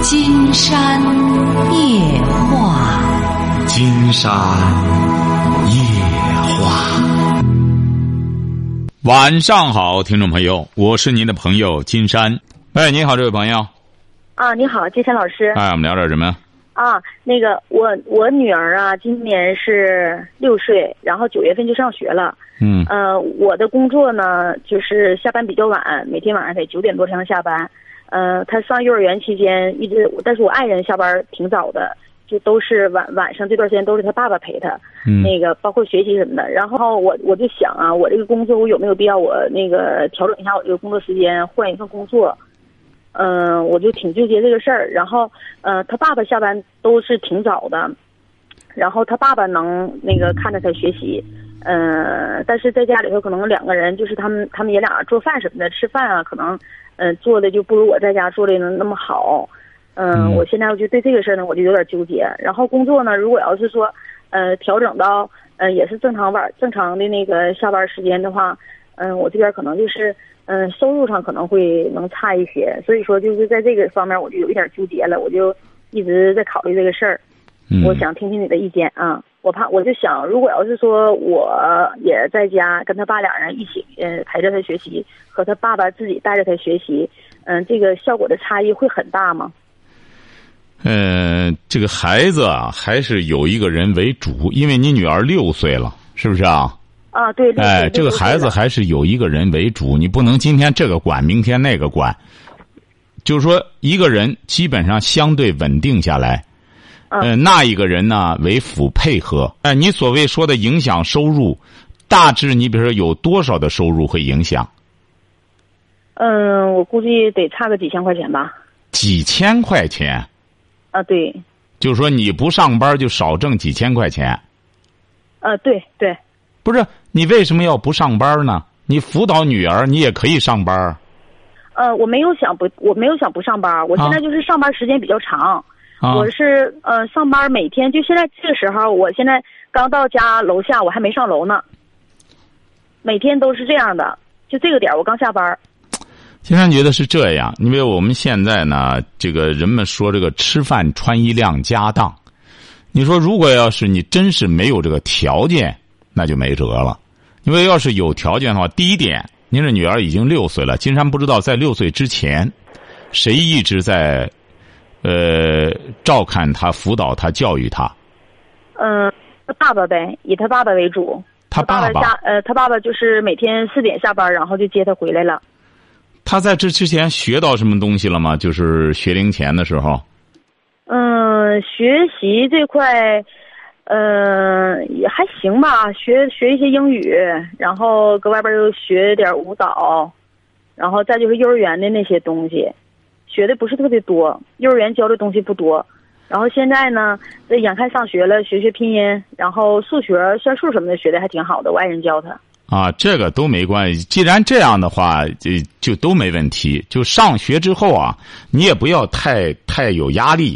金山夜话， 金山夜话。 晚上好，听众朋友，我是您的朋友金山。哎，你好，这位朋友。 啊，你好，金山老师。 哎，我们聊点什么？ 啊，那个我女儿啊，今年是6岁，然后9月份就上学了。我的工作呢，就是下班比较晚，每天晚上得9点多才能下班。她上幼儿园期间一直，但是我爱人下班挺早的，就都是晚上这段时间都是他爸爸陪他，那个包括学习什么的。然后我就想啊，我这个工作我有没有必要我那个调整一下我这个工作时间，换一份工作？我就挺纠结这个事儿。然后他爸爸下班都是挺早的，然后他爸爸能那个看着他学习，但是在家里头可能2个人就是他们爷俩做饭什么的，吃饭啊可能做的就不如我在家做的那么好。我现在我就对这个事儿呢我就有点纠结。然后工作呢，如果要是说调整到也是正常的那个下班时间的话，我这边可能就是收入上可能会能差一些，所以说就是在这个方面我就有一点纠结了，我就一直在考虑这个事儿。我想听听你的意见啊。我就想，如果要是说我也在家跟他爸俩人一起陪着他学习，和他爸爸自己带着他学习，这个效果的差异会很大吗？ 这个孩子啊，还是有一个人为主，因为你女儿6岁了，是不是啊？ 啊，对。 哎，这个孩子还是有一个人为主，你不能今天这个管，明天那个管。就是说，一个人基本上相对稳定下来，那一个人呢为辅配合。你所谓说的影响收入，大致你比如说有多少的收入会影响？ 我估计得差个几千块钱吧。 几千块钱？ 啊，对。 就是说你不上班就少挣几千块钱。 对。 不是，你为什么要不上班呢？你辅导女儿，你也可以上班。 我没有想不上班，我现在就是上班时间比较长。我是上班每天就现在这个时候，我现在刚到家楼下，我还没上楼呢。每天都是这样的，就这个点我刚下班。 经常觉得是这样，因为我们现在呢，这个人们说这个吃饭穿衣亮家当。你说如果要是你真是没有这个条件，那就没辙了。因为要是有条件的话，第一点，您这女儿已经6岁了，金山不知道在6岁之前，谁一直在照看她、辅导她、教育她？ 他爸爸呗，以他爸爸为主。 他爸爸他爸爸就是每天4点下班，然后就接他回来了。 他在这之前学到什么东西了吗？就是学龄前的时候。 学习这块，也还行吧，学一些英语，然后搁外边又学点舞蹈，然后再就是幼儿园的那些东西，学的不是特别多，幼儿园教的东西不多。然后现在呢，这眼看上学了，学拼音，然后数学、算术什么的学的还挺好的，我爱人教他。 啊，这个都没关系。既然这样的话，就都没问题。就上学之后啊，你也不要太有压力。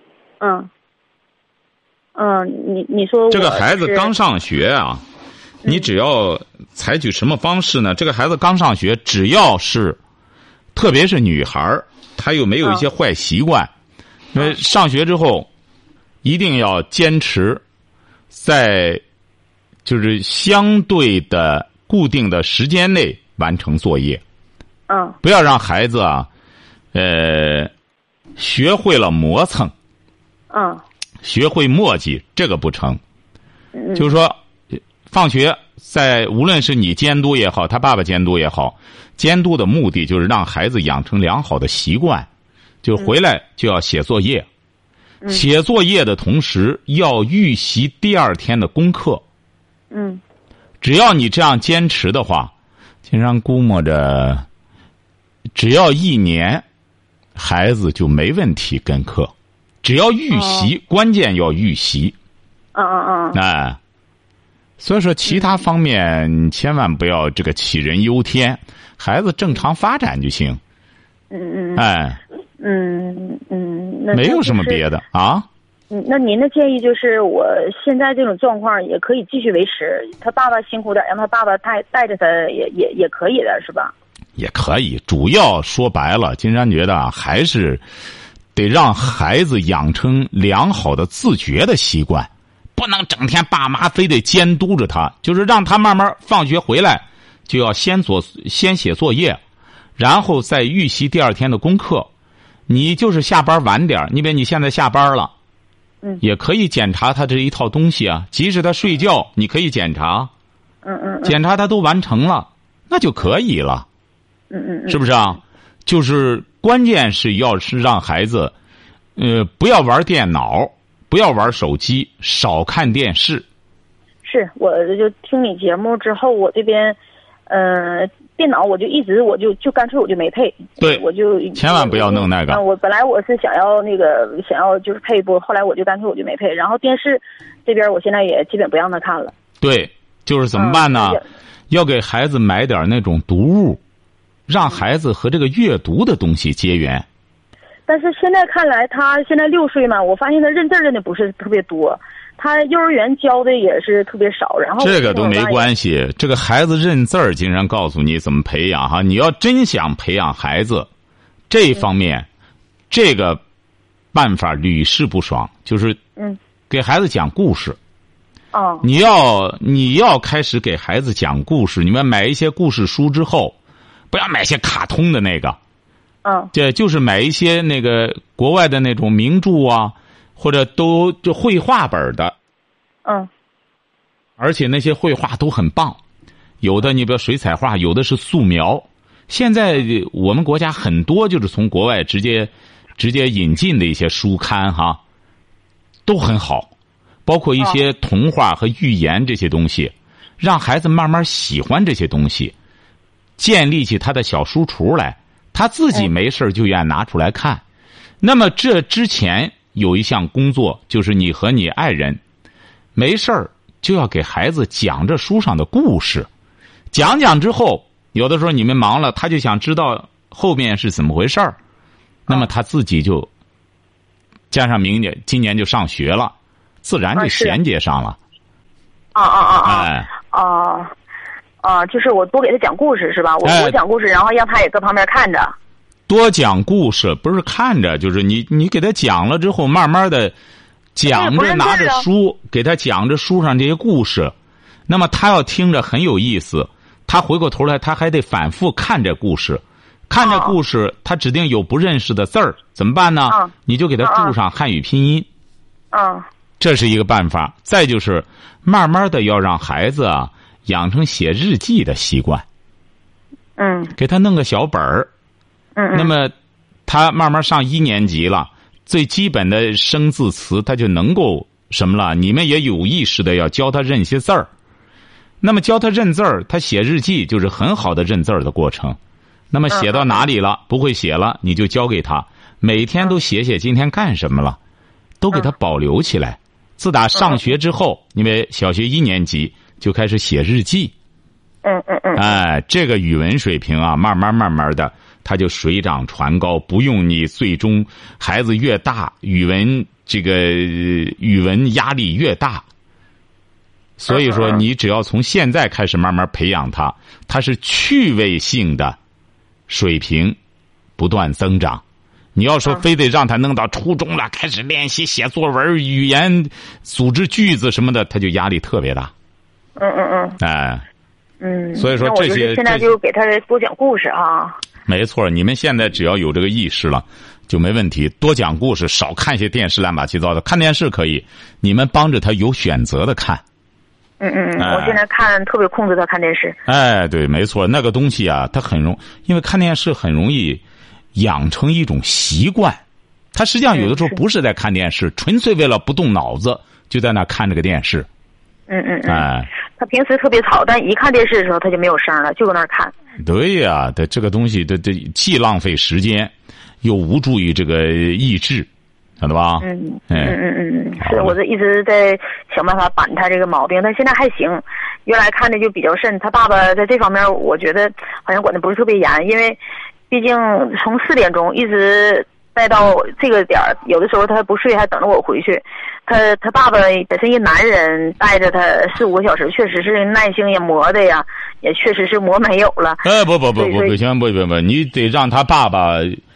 你说这个孩子刚上学啊，你只要采取什么方式呢？这个孩子刚上学，只要是，特别是女孩，她又没有一些坏习惯，因为上学之后，一定要坚持在就是相对的固定的时间内完成作业。不要让孩子啊，学会了磨蹭。学会磨叽，这个不成。就是说，放学无论是你监督也好，他爸爸监督也好，监督的目的就是让孩子养成良好的习惯，就回来就要写作业。写作业的同时要预习第2天的功课。只要你这样坚持的话，经常估摸着，只要1年，孩子就没问题跟课。只要预习，关键要预习。所以说其他方面千万不要这个杞人忧天，孩子正常发展就行。没有什么别的啊。 那您的建议就是，我现在这种状况也可以继续维持，他爸爸辛苦点，让他爸爸带着他也可以的，是吧？ 也可以，主要说白了，金山觉得啊，还是得让孩子养成良好的自觉的习惯，不能整天爸妈非得监督着他，就是让他慢慢放学回来就要先写作业，然后再预习第二天的功课。你就是下班晚点，你比如你现在下班了，也可以检查他这一套东西啊，即使他睡觉你可以检查，检查他都完成了，那就可以了，是不是啊？就是关键是要是让孩子不要玩电脑，不要玩手机，少看电视。 是，我就听你节目之后，我这边电脑我就干脆我就没配。 对， 我就千万不要弄那个。 我本来我是想要就是配一波，后来我就干脆我就没配。然后电视这边我现在也基本不让他看了。 对，就是怎么办呢？要给孩子买点那种读物，让孩子和这个阅读的东西结缘。 但是现在看来，他现在6岁嘛，我发现他认字认的不是特别多，他幼儿园教的也是特别少。然后这个都没关系，这个孩子认字儿，经常告诉你怎么培养哈。你要真想培养孩子，这方面，这个办法屡试不爽，就是给孩子讲故事。 哦， 你要开始给孩子讲故事，你们买一些故事书之后，不要买些卡通的那个。这就是买一些那个国外的那种名著啊，或者就绘画本的。而且那些绘画都很棒，有的你比如水彩画，有的是素描。现在我们国家很多就是从国外直接引进的一些书刊哈，都很好，包括一些童话和寓言这些东西，让孩子慢慢喜欢这些东西，建立起他的小书橱来。他自己没事就愿拿出来看。那么这之前有一项工作，就是你和你爱人没事就要给孩子讲这书上的故事，讲之后，有的时候你们忙了，他就想知道后面是怎么回事儿，那么他自己就加上今年就上学了，自然就衔接上了。 就是我多给他讲故事是吧？我多讲故事，然后让他也搁旁边看着。 多讲故事不是看着，就是你给他讲了之后，慢慢的讲着，拿着书给他讲着书上这些故事，那么他要听着很有意思，他回过头来他还得反复看这故事，他指定有不认识的字儿，怎么办呢？你就给他注上汉语拼音。这是一个办法。再就是慢慢的要让孩子啊养成写日记的习惯。给他弄个小本儿。那么他慢慢上1年级了，最基本的生字词他就能够什么了，你们也有意识的要教他认些字儿。那么教他认字儿，他写日记就是很好的认字儿的过程。那么写到哪里了，不会写了，你就教给他，每天都写今天干什么了，都给他保留起来。自打上学之后，因为小学1年级就开始写日记。这个语文水平啊，慢慢的他就水涨船高，不用你最终孩子越大，语文压力越大。所以说你只要从现在开始慢慢培养他是趣味性的水平不断增长。你要说非得让他弄到初中了，开始练习写作文、语言组织句子什么的，他就压力特别大。所以说这些现在就给他多讲故事啊。 没错，你们现在只要有这个意识了就没问题，多讲故事，少看些电视乱八七糟的。看电视可以，你们帮着他有选择的看。 我现在特别控制他看电视。 对，没错，那个东西啊，他因为看电视很容易养成一种习惯。他实际上有的时候不是在看电视，纯粹为了不动脑子就在那看这个电视。 他平时特别吵，但一看电视的时候他就没有声了，就搁那儿看。 对呀，这个东西既浪费时间，又无助于这个益智，晓得吧？ 是，我这一直在想办法板他这个毛病，但现在还行。原来看的就比较慎，他爸爸在这方面我觉得好像管的不是特别严，因为毕竟从4点钟一直带到这个点儿，有的时候他不睡还等着我回去。他爸爸本身一男人带着他4、5个小时，确实是耐性也磨的呀，也确实是磨没有了。 不行，不，你得让他爸爸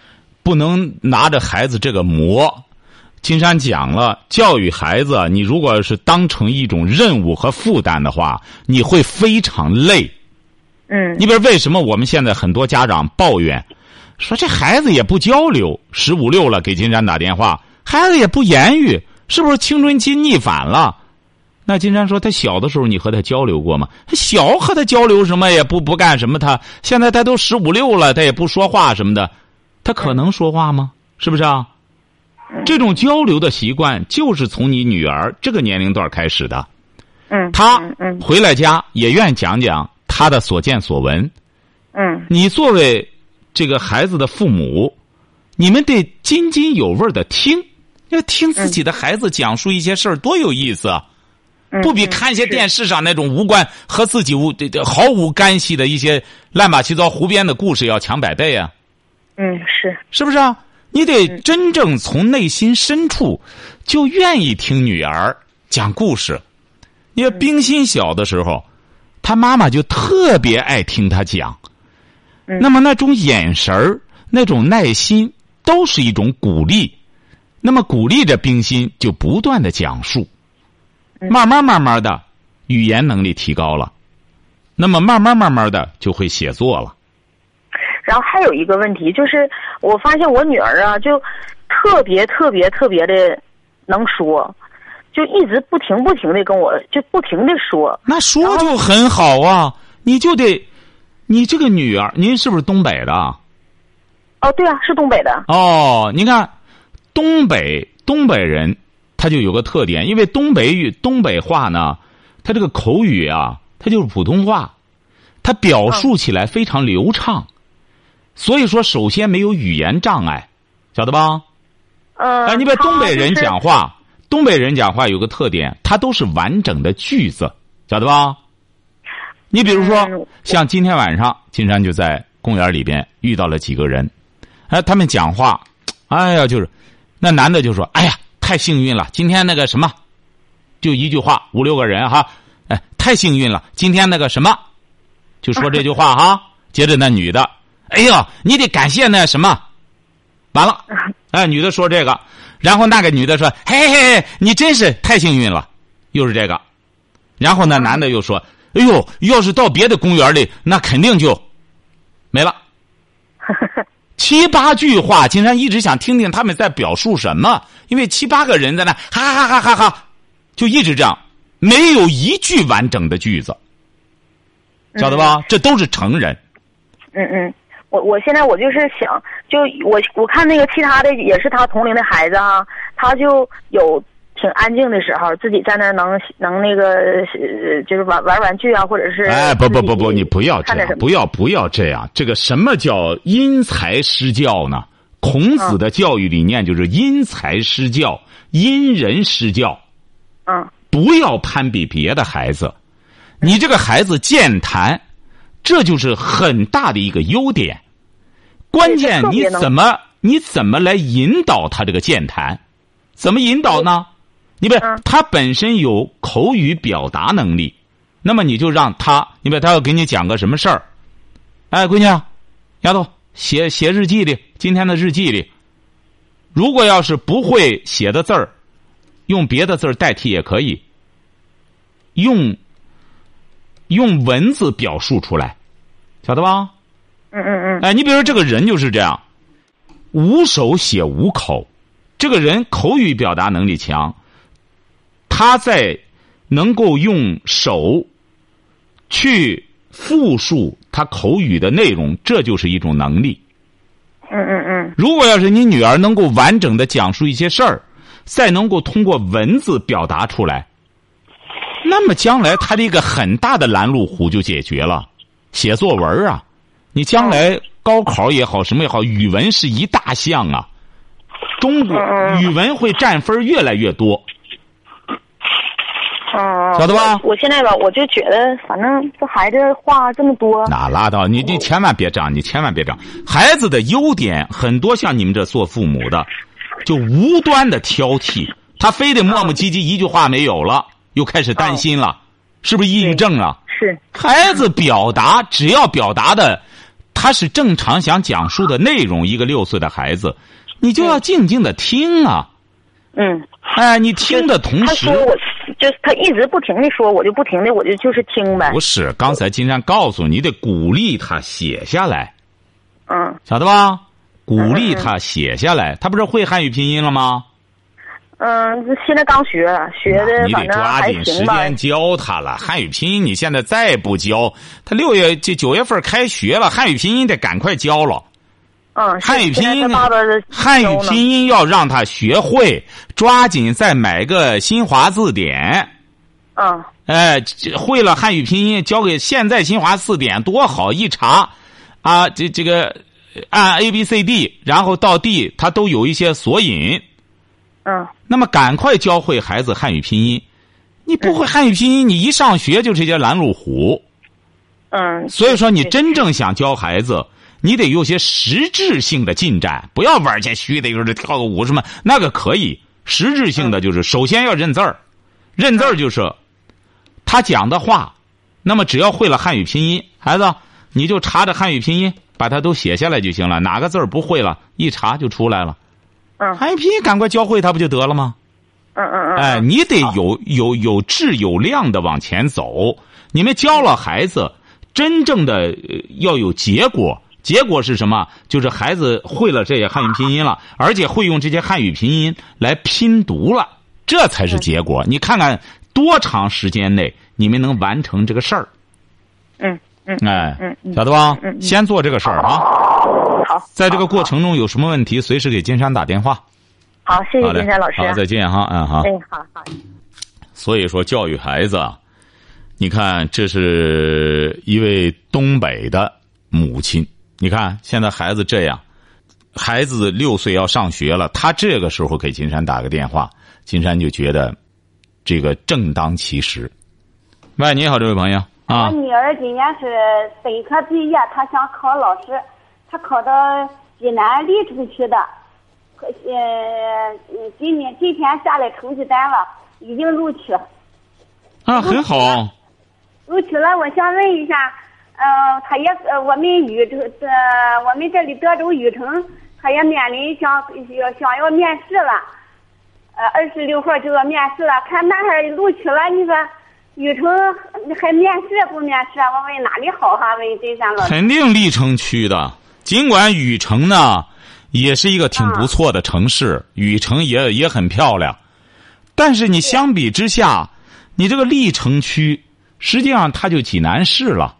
不能拿着孩子这个磨。金山讲了，教育孩子，你如果是当成一种任务和负担的话，你会非常累。你比如为什么我们现在很多家长抱怨，说这孩子也不交流，15、16了给金山打电话，孩子也不言语，是不是青春期逆反了？那金山说，他小的时候你和他交流过吗？小和他交流什么也不干什么，他现在他都15、16了，他也不说话什么的，他可能说话吗？是不是啊？这种交流的习惯就是从你女儿这个年龄段开始的。她回来家也愿意讲讲她的所见所闻。你作为这个孩子的父母，你们得津津有味的听，要听自己的孩子讲述一些事儿，多有意思啊！不比看一些电视上那种无关和自己毫无干系的一些乱八七糟胡编的故事要强100倍啊！是不是啊？你得真正从内心深处就愿意听女儿讲故事。因为冰心小的时候，她妈妈就特别爱听她讲。那么那种眼神儿、那种耐心，都是一种鼓励。那么鼓励着冰心就不断的讲述，慢慢的，语言能力提高了，那么慢慢的就会写作了。 然后还有一个问题就是，我发现我女儿啊，就特别的能说，就一直不停的跟我就不停的说。那说就很好啊，你就得，你这个女儿，您是不是东北的？ 哦，对啊，是东北的。 哦，你看，东北人，他就有个特点，因为东北话呢，他这个口语啊，它就是普通话，它表述起来非常流畅。所以说，首先没有语言障碍，晓得吧？你别东北人讲话，东北人讲话有个特点，他都是完整的句子，晓得吧？你比如说，像今天晚上，金山就在公园里边遇到了几个人，他们讲话，就是那男的就说：“哎呀，太幸运了，今天那个什么，就一句话，5、6个人哈，太幸运了，今天那个什么，就说这句话哈。”接着那女的。哎呦，你得感谢那什么，完了，女的说这个，然后那个女的说，嘿，你真是太幸运了，又是这个，然后那男的又说，哎呦，要是到别的公园里，那肯定就没了。7、8句话，金山一直想听听他们在表述什么，因为7、8个人在那哈哈哈，就一直这样，没有一句完整的句子，晓得吧？这都是成人。 我现在我就是想，就我看那个其他的也是他同龄的孩子啊，他就有挺安静的时候，自己在那儿能那个就是玩玩具啊，或者是不，你不要这样，不要这样。这个什么叫因材施教呢？孔子的教育理念就是因材施教，因人施教。不要攀比别的孩子，你这个孩子健谈。这就是很大的一个优点，关键你怎么来引导他这个健谈？怎么引导呢？你他本身有口语表达能力，那么你就让他，他要给你讲个什么事儿，闺女啊，丫头写日记里，今天的日记里，如果要是不会写的字儿，用别的字儿代替也可以，用文字表述出来，晓得吧？你比如说这个人就是这样，无手写无口，这个人口语表达能力强，他在能够用手去复述他口语的内容，这就是一种能力。如果要是你女儿能够完整的讲述一些事儿，再能够通过文字表达出来，那么将来他的一个很大的拦路虎就解决了。写作文啊，你将来高考也好，什么也好，语文是一大项啊。中国语文会占分越来越多，晓得吧？ 我现在吧，我就觉得，反正这孩子话这么多， 那拉倒，你千万别这样，孩子的优点很多，像你们这做父母的，就无端的挑剔，他非得磨磨唧唧，一句话没有了，又开始担心了，是不是抑郁症啊？ 是。 孩子表达，只要表达的他是正常想讲述的内容，一个6岁的孩子，你就要静静的听啊。哎，你听的同时， 他说我就是他一直不停的说，我就不停的就是听呗。 不是，刚才金山告诉你得鼓励他写下来，晓得吧？鼓励他写下来，他不是会汉语拼音了吗？ 现在刚学的， 你得抓紧时间教他了。汉语拼音你现在再不教，他9月份开学了，汉语拼音得赶快教了。汉语拼音要让他学会，抓紧再买个新华字典。会了汉语拼音，交给现在新华字典多好，一查啊，这个按 ABCD， 然后到 D， 它都有一些索引。那么赶快教会孩子汉语拼音。你不会汉语拼音，你一上学就这些拦路虎。所以说你真正想教孩子，你得有些实质性的进展，不要玩些虚的，就是跳个舞什么，那个可以。实质性的就是首先要认字儿，认字儿就是他讲的话。那么只要会了汉语拼音，孩子你就查着汉语拼音，把它都写下来就行了。哪个字儿不会了，一查就出来了。汉语拼音赶快教会他不就得了吗？哎，你得有质有量的往前走。你们教了孩子，真正的要有结果。结果是什么？就是孩子会了这些汉语拼音了，而且会用这些汉语拼音来拼读了，这才是结果。你看看多长时间内你们能完成这个事儿？晓得吧？先做这个事儿啊。 好， 在这个过程中有什么问题，随时给金山打电话。 好，谢谢金山老师。 好，再见哈。好。 好。 所以说，教育孩子，你看，这是一位东北的母亲。你看，现在孩子这样，孩子6岁要上学了，他这个时候给金山打个电话，金山就觉得这个正当其时。喂，你好，这位朋友啊。 我女儿今年是本科毕业，她想考老师，她考到济南历城区的，今天下来成绩单了，已经录取。 很好。 录取了，我想问一下。他也我们这里德州禹城，他也面临想要面试了，26号就要面试了，看那还录取了，你说禹城还面试不面试？我问哪里好哈？问金山老师。 肯定历城区的，尽管禹城呢也是一个挺不错的城市，禹城也很漂亮，但是你相比之下，你这个历城区实际上它就济南市了。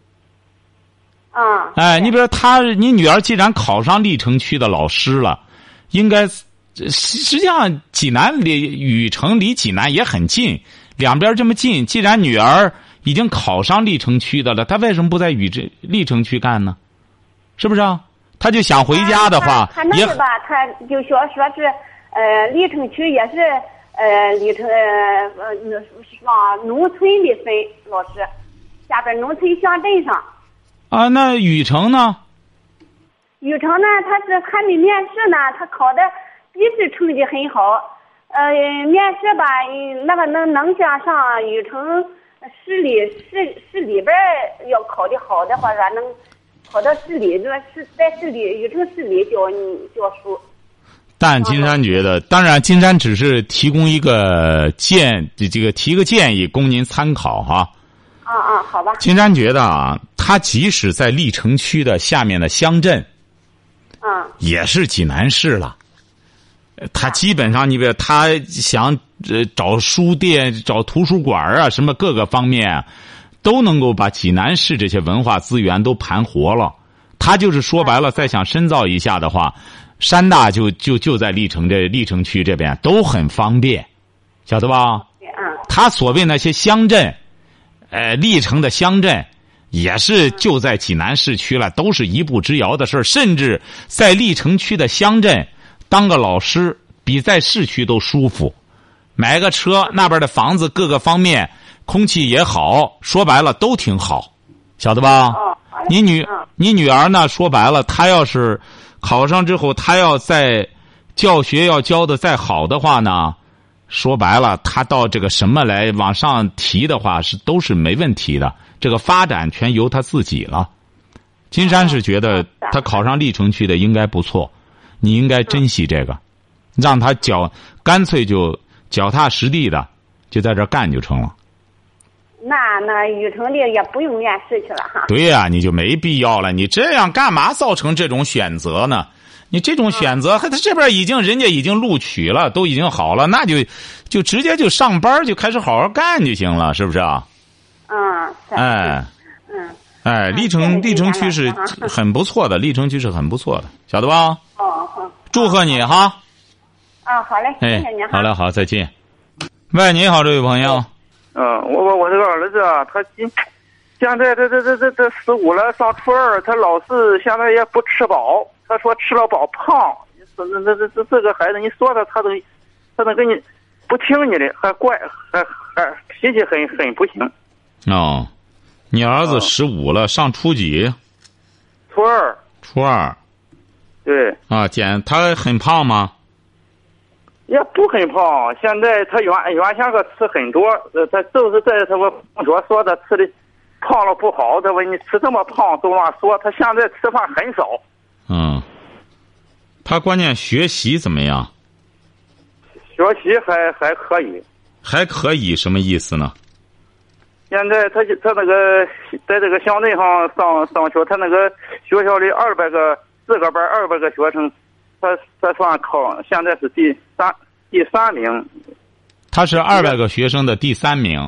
你比如你女儿既然考上历城区的老师了，应该实际上济南禹城离济南也很近，两边这么近，既然女儿已经考上历城区的了，她为什么不在历城区干呢？是不是啊？她就想回家的话， 他那个吧，他就说是历城区也是历城往农村里分，老师下边农村乡镇上。 那禹城呢？ 禹城呢，他是还没面试呢，他考的笔试成绩很好。面试吧，那个能想上禹城市里边要考的好的话，能考到市里，是在市里禹城市里教书。 但金山觉得，当然金山只是提供一个提个建议供您参考哈。 好吧。 金山觉得他即使在历城区的下面的乡镇，也是济南市了。他基本上，你比如他想找书店、找图书馆啊，什么各个方面，都能够把济南市这些文化资源都盘活了。他就是说白了，再想深造一下的话，山大就在历城区这边都很方便，晓得吧？他所谓那些乡镇。历城的乡镇也是就在济南市区了，都是一步之遥的事儿。甚至在历城区的乡镇当个老师比在市区都舒服，买个车，那边的房子各个方面空气也好，说白了都挺好，晓得吧？你女儿呢，说白了她要是考上之后，她要在教学要教的再好的话呢，说白了，他到这个什么来往上提的话，都是没问题的。这个发展全由他自己了。 金山是觉得他考上历城区的应该不错，你应该珍惜这个，让他干脆就脚踏实地的就在这干就成了。 那禹城的也不用面试去了哈。 对呀，你就没必要了。你这样干嘛造成这种选择呢？你这种选择，他这边人家已经录取了，都已经好了，那就直接就上班，就开始好好干就行了，是不是啊？历城区是很不错的，历城区是很不错的，晓得吧？祝贺你哈。 好嘞，谢谢您哈。 好嘞，好，再见。喂，你好，这位朋友。 我这个儿子啊，他现在这15了，上初2，他老是现在也不吃饱，他说吃了饱胖。这个孩子，你说他能跟你不听你的，还怪，还脾气很不行。 你儿子15了，上初几？ 初2。 初2。 对。 他很胖吗？ 也不很胖，现在他原先可吃很多，他就是在他我同学说他吃的胖了不好，他说你吃这么胖都乱说，他现在吃饭很少。 他关键学习怎么样？ 学习还可以。 还可以什么意思呢？ 现在他那个在这个乡镇上上学，他那个学校里4个班200个学生，他算考现在是第3名。 他是200个学生的第3名。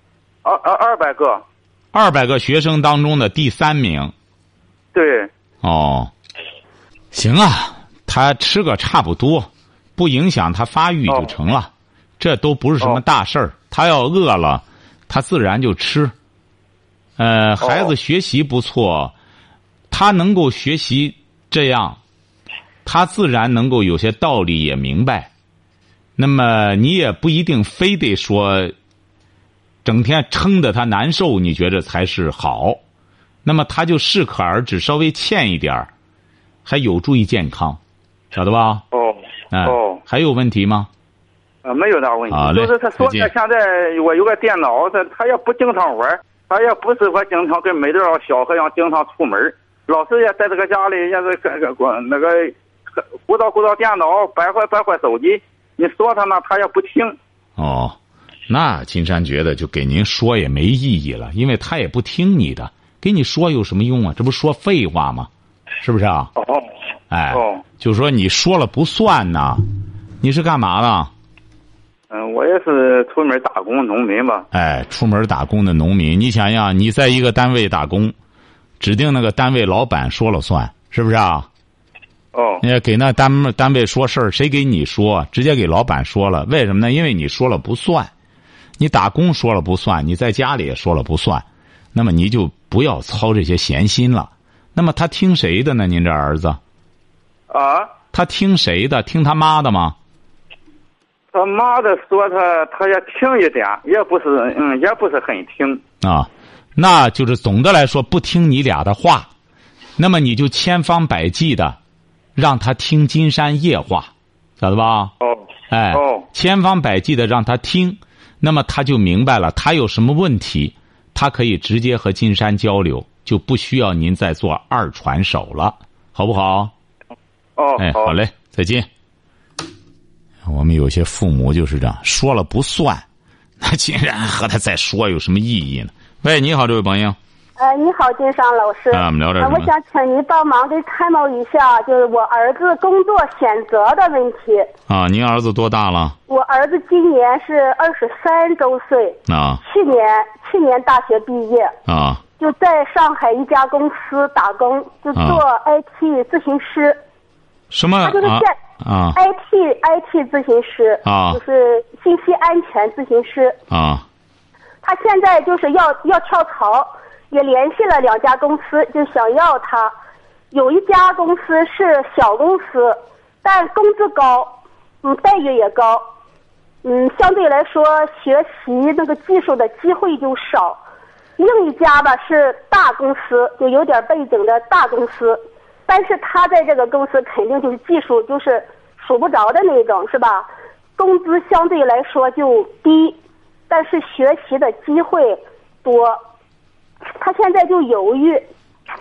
200个。 200个学生当中的第3名。 对。 行啊，他吃个差不多，不影响他发育就成了，这都不是什么大事儿。他要饿了，他自然就吃。孩子学习不错，他能够学习这样，他自然能够有些道理也明白。那么你也不一定非得说整天撑得他难受，你觉得才是好。那么他就适可而止，稍微欠一点儿，还有助于健康，晓得吧？还有问题吗？ 没有大问题。就是他说的，现在我有个电脑，他也不经常玩，他也不是说经常跟每个小孩一样经常出门，老是也在这个家里也是那个鼓捣电脑，摆会手机，你说他呢，他也不听。 那金山觉得就给您说也没意义了，因为他也不听你的，给你说有什么用啊？这不说废话吗？是不是啊？就说你说了不算呢。你是干嘛的？ 我也是出门打工农民吧。 出门打工的农民，你想想，你在一个单位打工，指定那个单位老板说了算，是不是啊？你给那单位说事儿，谁给你说？直接给老板说了，为什么呢？因为你说了不算，你打工说了不算，你在家里也说了不算，那么你就不要操这些闲心了。那么他听谁的呢？您这儿子？他听谁的？听他妈的吗？ 他妈的说他也听一点，也不是很听。 那就是总的来说不听你俩的话，那么你就千方百计的让他听金山夜话，晓得吧？千方百计的让他听，那么他就明白了，他有什么问题，他可以直接和金山交流，就不需要您再做2传手了，好不好？好嘞，再见。我们有些父母就是这样，说了不算，那竟然和他再说有什么意义呢？喂，你好，这位朋友。 你好，金山老师。 我们聊点什么？ 我想请您帮忙给参谋一下，就是我儿子工作选择的问题。 您儿子多大了？ 我儿子今年是23周岁。去年大学毕业。就在上海一家公司打工，就做IT 咨询师。 什么？ 他就是IT 咨询师。就是信息安全咨询师。他现在就是要跳槽。也联系了2家公司，就想要他。有一家公司是小公司，但工资高，待遇也高，相对来说学习那个技术的机会就少。另一家吧是大公司，就有点背景的大公司，但是他在这个公司肯定就是技术就是数不着的那种，是吧？工资相对来说就低，但是学习的机会多。他现在就犹豫，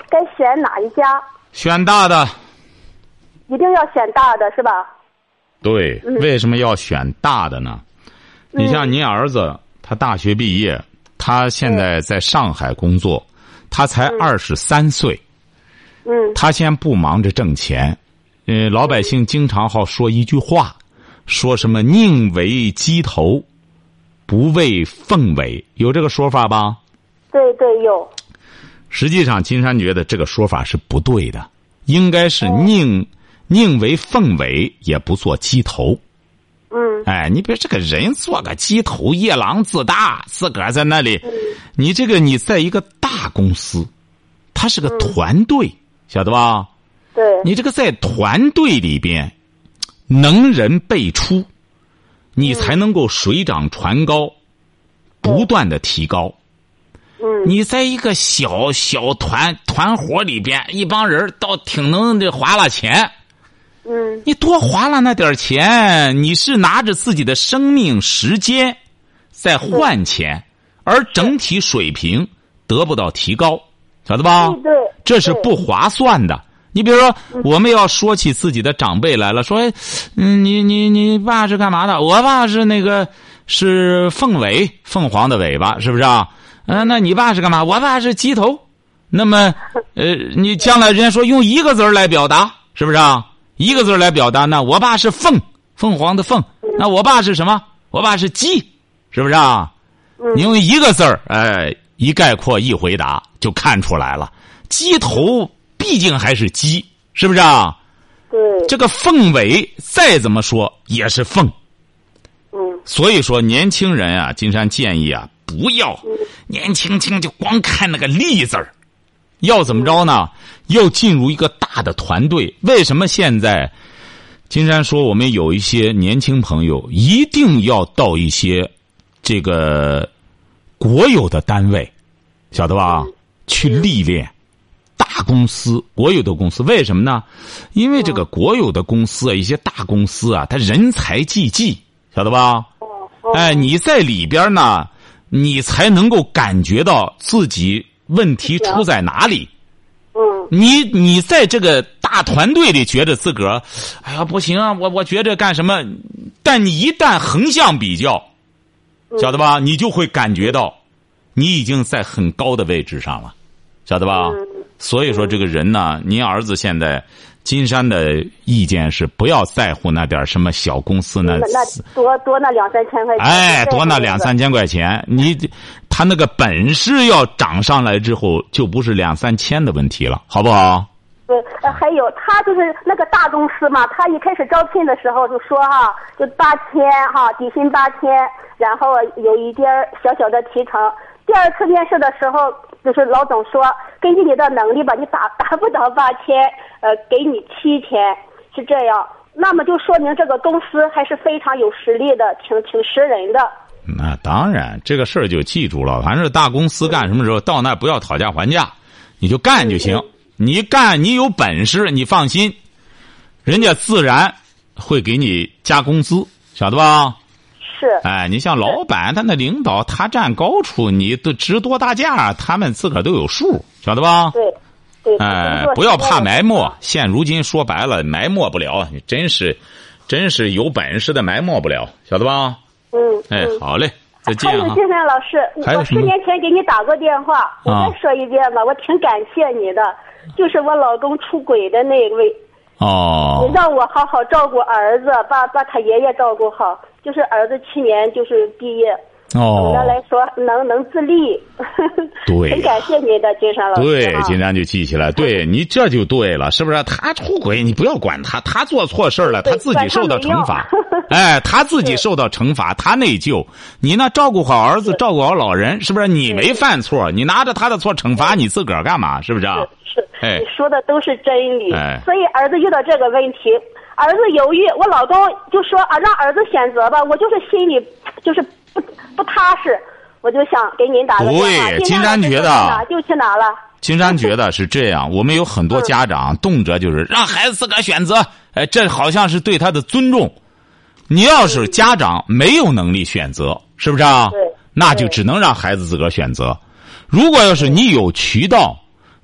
该选哪一家？ 选大的。 一定要选大的是吧？ 对，为什么要选大的呢？你像您儿子，他大学毕业，他现在在上海工作，他才23岁。他先不忙着挣钱。老百姓经常好说一句话，说什么宁为鸡头，不为凤尾，有这个说法吧？ 对对，有。 实际上，金山觉得这个说法是不对的，应该是宁为凤尾，也不做鸡头。哎，你别这个人做个鸡头，夜郎自大，自个儿在那里，你这个你在一个大公司，它是个团队，晓得吧？ 对。 你这个在团队里边，能人辈出，你才能够水涨船高，不断的提高。你在一个小团伙里边，一帮人倒挺能的花了钱。你多花了那点钱，你是拿着自己的生命时间在换钱，而整体水平得不到提高，晓得吧？ 对， 这是不划算的。你比如说，我们要说起自己的长辈来了，说，你爸是干嘛的？我爸是是凤尾，凤凰的尾巴，是不是啊？那你爸是干嘛？我爸是鸡头。那么，你将来人家说用一个字来表达，是不是啊？一个字来表达呢？我爸是凤凰的凤，那我爸是什么？我爸是鸡，是不是啊？你用一个字一概括一回答就看出来了。鸡头毕竟还是鸡，是不是啊？ 对。 这个凤尾再怎么说也是凤。所以说年轻人啊，金山建议啊，不要年轻就光看那个利字儿，要怎么着呢？要进入一个大的团队。为什么现在金山说我们有一些年轻朋友一定要到一些这个国有的单位，晓得吧？去历练大公司，国有的公司。为什么呢？因为这个国有的公司啊，一些大公司啊，它人才济济，晓得吧？哎，你在里边呢，你才能够感觉到自己问题出在哪里。你在这个大团队里觉得自个儿，哎呀不行啊，我觉着干什么？但你一旦横向比较，晓得吧？你就会感觉到，你已经在很高的位置上了，晓得吧？所以说这个人呢，您儿子现在，金山的意见是不要在乎那点什么小公司呢， 多那2-3千块钱。 哎，多那2-3千块钱，他那个本事要涨上来之后，就不是2-3千的问题了，好不好？ 对，还有他就是那个大公司嘛，他一开始招聘的时候就说就8000底薪8000，然后有一点小小的提成。第二次面试的时候，就是老总说，根据你的能力吧，你达不到8000，给你7000，是这样。那么就说明这个公司还是非常有实力的，挺识人的。 那当然，这个事儿就记住了。反正大公司干什么时候到那不要讨价还价，你就干就行。你干，你有本事，你放心，人家自然会给你加工资，晓得吧？ 是。 哎，你像老板，他那领导，他占高处，你都值多大价，他们自个儿都有数，晓得吧？ 对。 哎，不要怕埋没。现如今说白了，埋没不了，你真是有本事的埋没不了，晓得吧？哎，好嘞，再见啊！ 还有金山老师，我10年前给你打过电话，我再说一遍吧，我挺感谢你的，就是我老公出轨的那位。你让我好好照顾儿子，把他爷爷照顾好，就是儿子去年就是毕业。总的来说，能自立。 对， 很感谢你的金山老师。 对，金山就记起来，对你这就对了，是不是？他出轨，你不要管他，他做错事了，他自己受到惩罚。哎，他自己受到惩罚，他内疚。你呢，照顾好儿子，照顾好老人，是不是？你没犯错，你拿着他的错惩罚你自个儿干嘛？是不是啊？ 是。 哎， 你说的都是真理。 哎， 所以儿子遇到这个问题，儿子犹豫，我老公就说让儿子选择吧，我就是心里就是不踏实，我就想给您打个电话。 对，金山觉得就去哪了？ 金山觉得是这样，我们有很多家长动辄就是让孩子自个儿选择，哎，这好像是对他的尊重。你要是家长没有能力选择，是不是啊？那就只能让孩子自个儿选择。如果要是你有渠道，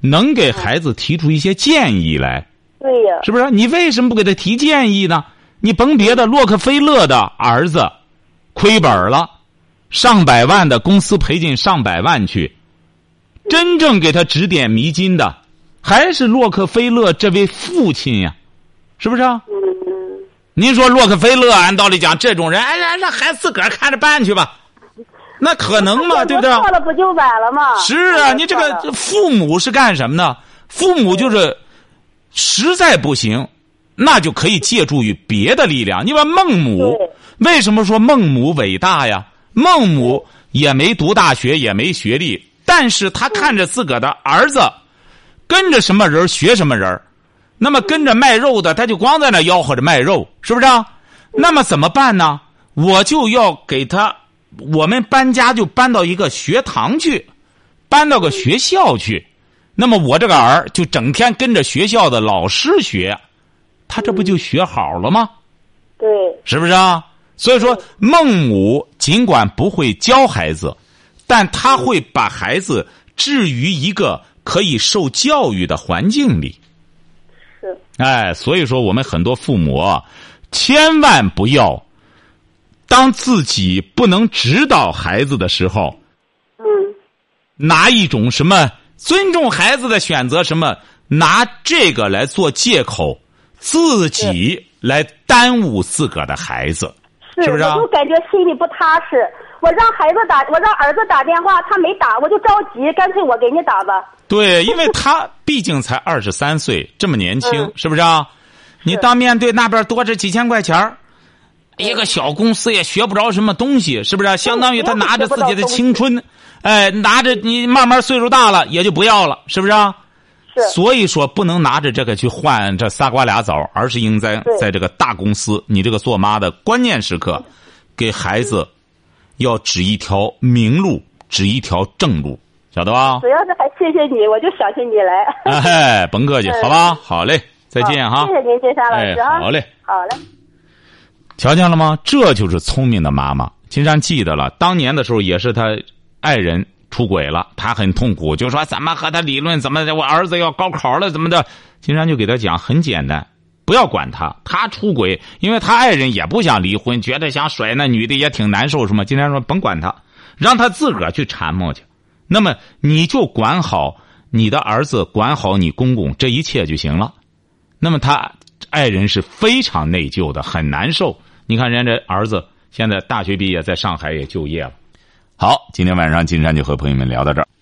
能给孩子提出一些建议来。 对呀。 是不是？你为什么不给他提建议呢？你甭别的，洛克菲勒的儿子亏本了，上百万的公司赔进上百万去，真正给他指点迷津的还是洛克菲勒这位父亲呀，是不是啊？您说洛克菲勒按道理讲这种人，让孩子自个儿看着办去吧，那可能吗？对不对？ 错了不就完了吗？ 是啊，你这个父母是干什么呢？父母就是实在不行，那就可以借助于别的力量。你把孟母，为什么说孟母伟大呀？孟母也没读大学，也没学历，但是他看着自个的儿子跟着什么人学什么人，那么跟着卖肉的，他就光在那吆喝着卖肉，是不是啊？那么怎么办呢？我就要给他，我们搬家就搬到一个学堂去，搬到个学校去。那么我这个儿就整天跟着学校的老师学，他这不就学好了吗？ 对， 是不是啊？所以说孟母尽管不会教孩子，但他会把孩子置于一个可以受教育的环境里。 是。 哎，所以说我们很多父母啊，千万不要当自己不能指导孩子的时候，拿一种什么尊重孩子的选择，什么拿这个来做借口，自己来耽误自个儿的孩子，是不是啊？ 我就感觉心里不踏实。我让儿子打电话，他没打，我就着急，干脆我给你打吧。 对，因为他毕竟才23岁，这么年轻，是不是啊？你当面对那边多这几千块钱，一个小公司也学不着什么东西，是不是？相当于他拿着自己的青春，拿着你慢慢岁数大了也就不要了，是不是啊？ 是。 所以说不能拿着这个去换这仨瓜俩枣，而是应在这个大公司，你这个做妈的关键时刻，给孩子要指一条明路，指一条正路，晓得吧？ 主要是还谢谢你，我就想起你来。 哎，甭客气，好吧，好嘞，再见哈。 谢谢您，金山老师啊。 好嘞， 好嘞。 瞧见了吗？这就是聪明的妈妈。金山记得了，当年的时候也是他爱人出轨了，他很痛苦，就说怎么和他理论，怎么我儿子要高考了，怎么的。金山就给他讲，很简单，不要管他，他出轨，因为他爱人也不想离婚，觉得想甩那女的也挺难受什么。金山说甭管他，让他自个儿去缠磨去。那么你就管好你的儿子，管好你公公，这一切就行了。那么他爱人是非常内疚的，很难受。你看人家这儿子现在大学毕业，在上海也就业了。好，今天晚上金山就和朋友们聊到这儿。